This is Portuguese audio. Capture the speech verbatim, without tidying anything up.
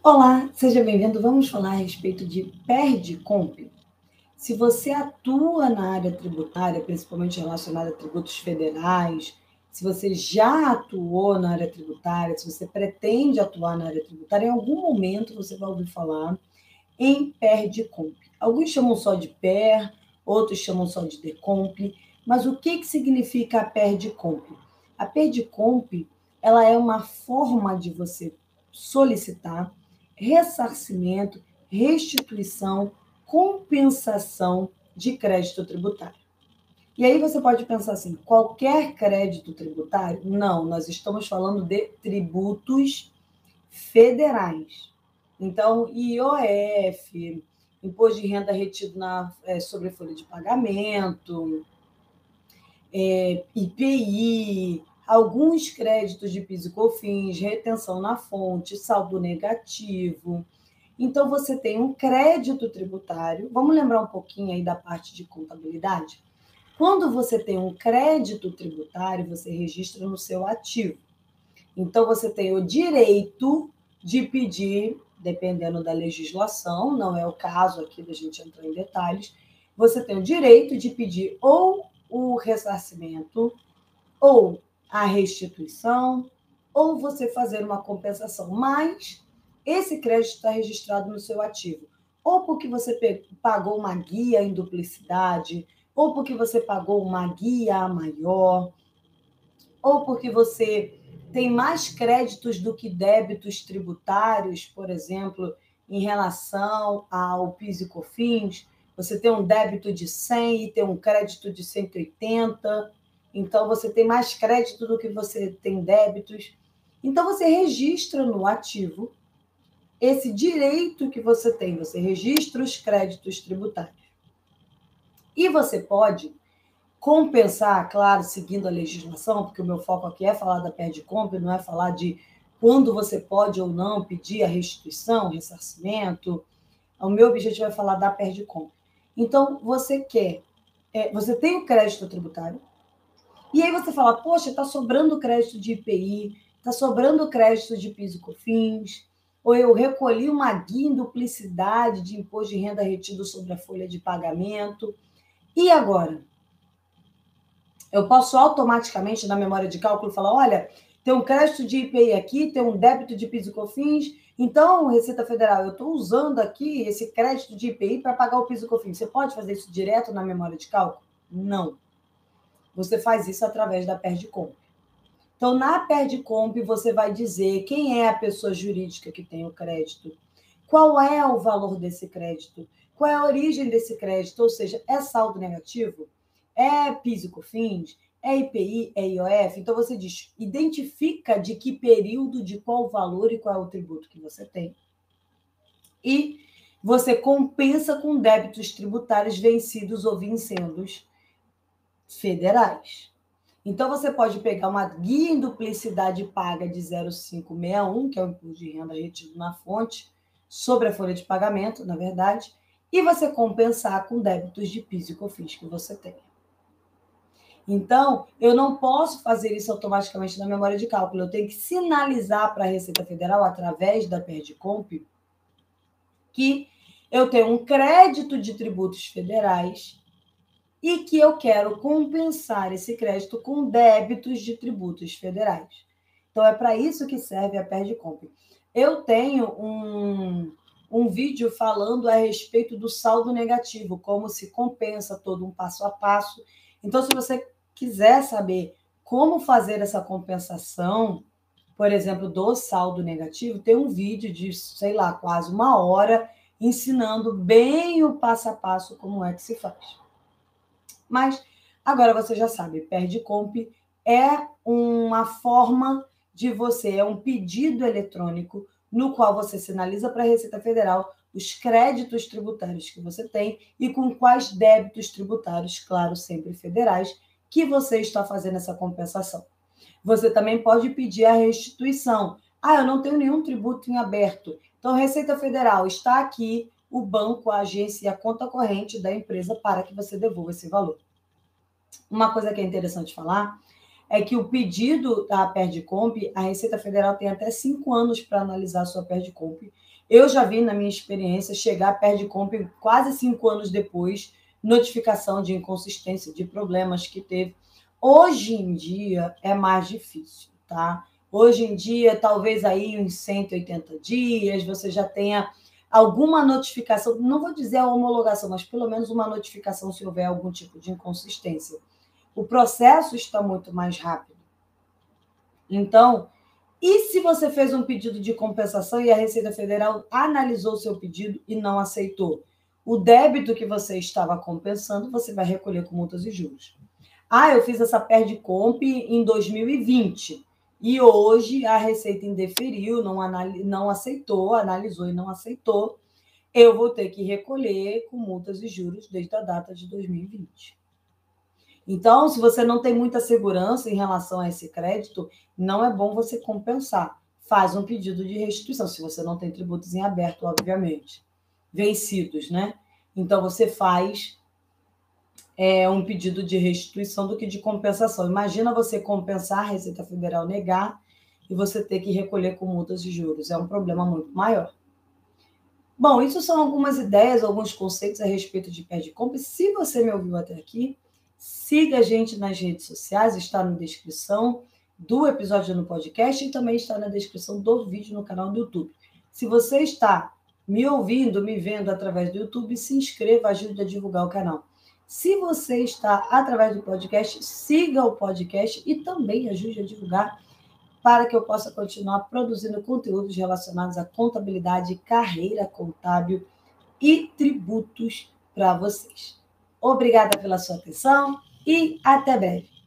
Olá, seja bem-vindo. Vamos falar a respeito de PERDCOMP. Se você atua na área tributária, principalmente relacionada a tributos federais, se você já atuou na área tributária, se você pretende atuar na área tributária, em algum momento você vai ouvir falar em PERDCOMP. Alguns chamam só de PER, outros chamam só de DECOMP, mas o que, que significa a PERDCOMP? A PERDCOMP, ela é uma forma de você solicitar ressarcimento, restituição, compensação de crédito tributário. E aí você pode pensar assim, qualquer crédito tributário? Não, nós estamos falando de tributos federais. Então, I O F, Imposto de Renda Retido na, é, sobre folha de pagamento, é, I P I, alguns créditos de PIS e COFINS, retenção na fonte, saldo negativo. Então, você tem um crédito tributário. Vamos lembrar um pouquinho aí da parte de contabilidade? Quando você tem um crédito tributário, você registra no seu ativo. Então, você tem o direito de pedir, dependendo da legislação, não é o caso aqui da gente entrar em detalhes, você tem o direito de pedir ou o ressarcimento, ou a restituição, ou você fazer uma compensação, mas esse crédito está registrado no seu ativo, ou porque você pagou uma guia em duplicidade, ou porque você pagou uma guia maior, ou porque você tem mais créditos do que débitos tributários, por exemplo, em relação ao PIS e COFINS, você tem um débito de cem e tem um crédito de cento e oitenta, então você tem mais crédito do que você tem débitos. Então você registra no ativo esse direito que você tem, você registra os créditos tributários. E você pode compensar, claro, seguindo a legislação, porque o meu foco aqui é falar da PERDCOMP, não é falar de quando você pode ou não pedir a restituição, ressarcimento. O meu objetivo é falar da PERDCOMP. Então, você quer, é, você tem o crédito tributário, e aí você fala, poxa, está sobrando crédito de I P I, está sobrando crédito de PIS e COFINS, ou eu recolhi uma guia em duplicidade de imposto de renda retido sobre a folha de pagamento. E agora? Eu posso automaticamente, na memória de cálculo, falar, olha, tem um crédito de I P I aqui, tem um débito de PIS e COFINS, então, Receita Federal, eu estou usando aqui esse crédito de I P I para pagar o PIS e COFINS. Você pode fazer isso direto na memória de cálculo? Não. Você faz isso através da PERDCOMP. Então, na PERDCOMP, você vai dizer quem é a pessoa jurídica que tem o crédito, qual é o valor desse crédito, qual é a origem desse crédito, ou seja, é saldo negativo? É PIS e COFINS? É I P I? É I O F? Então, você diz, identifica de que período, de qual valor e qual é o tributo que você tem. E você compensa com débitos tributários vencidos ou vincendos federais. Então, você pode pegar uma guia em duplicidade paga de zero vírgula quinhentos e sessenta e um, que é o imposto de renda retido na fonte, sobre a folha de pagamento, na verdade, e você compensar com débitos de PIS e COFINS que você tem. Então, eu não posso fazer isso automaticamente na memória de cálculo, eu tenho que sinalizar para a Receita Federal, através da PERDCOMP, que eu tenho um crédito de tributos federais e que eu quero compensar esse crédito com débitos de tributos federais. Então, é para isso que serve a PERDCOMP. Eu tenho um, um vídeo falando a respeito do saldo negativo, como se compensa todo um passo a passo. Então, se você quiser saber como fazer essa compensação, por exemplo, do saldo negativo, tem um vídeo de, sei lá, quase uma hora, ensinando bem o passo a passo como é que se faz. Mas agora você já sabe, PERDCOMP é uma forma de você, é um pedido eletrônico no qual você sinaliza para a Receita Federal os créditos tributários que você tem e com quais débitos tributários, claro, sempre federais, que você está fazendo essa compensação. Você também pode pedir a restituição. Ah, eu não tenho nenhum tributo em aberto. Então, Receita Federal, está aqui o banco, a agência e a conta corrente da empresa para que você devolva esse valor. Uma coisa que é interessante falar é que o pedido da PERDCOMP, a Receita Federal tem até cinco anos para analisar a sua PERDCOMP, Eu já vi, na minha experiência, chegar perto de compra quase cinco anos depois, notificação de inconsistência, de problemas que teve. Hoje em dia é mais difícil, tá? Hoje em dia, talvez aí uns cento e oitenta dias, você já tenha alguma notificação, não vou dizer a homologação, mas pelo menos uma notificação se houver algum tipo de inconsistência. O processo está muito mais rápido. Então, e se você fez um pedido de compensação e a Receita Federal analisou o seu pedido e não aceitou? O débito que você estava compensando, você vai recolher com multas e juros. Ah, eu fiz essa Perdicomp em dois mil e vinte e hoje a Receita indeferiu, não, anal- não aceitou, analisou e não aceitou. Eu vou ter que recolher com multas e juros desde a data de dois mil e vinte. Então, se você não tem muita segurança em relação a esse crédito, não é bom você compensar. Faz um pedido de restituição, se você não tem tributos em aberto, obviamente, vencidos, né? Então, você faz é, um pedido de restituição do que de compensação. Imagina você compensar, a Receita Federal negar e você ter que recolher com multas e juros. É um problema muito maior. Bom, isso são algumas ideias, alguns conceitos a respeito de Perdicomp. Se você me ouviu até aqui, siga a gente nas redes sociais, está na descrição do episódio no podcast e também está na descrição do vídeo no canal do YouTube. Se você está me ouvindo, me vendo através do YouTube, se inscreva, ajude a divulgar o canal. Se você está através do podcast, siga o podcast e também ajude a divulgar para que eu possa continuar produzindo conteúdos relacionados à contabilidade, carreira contábil e tributos para vocês. Obrigada pela sua atenção e até breve.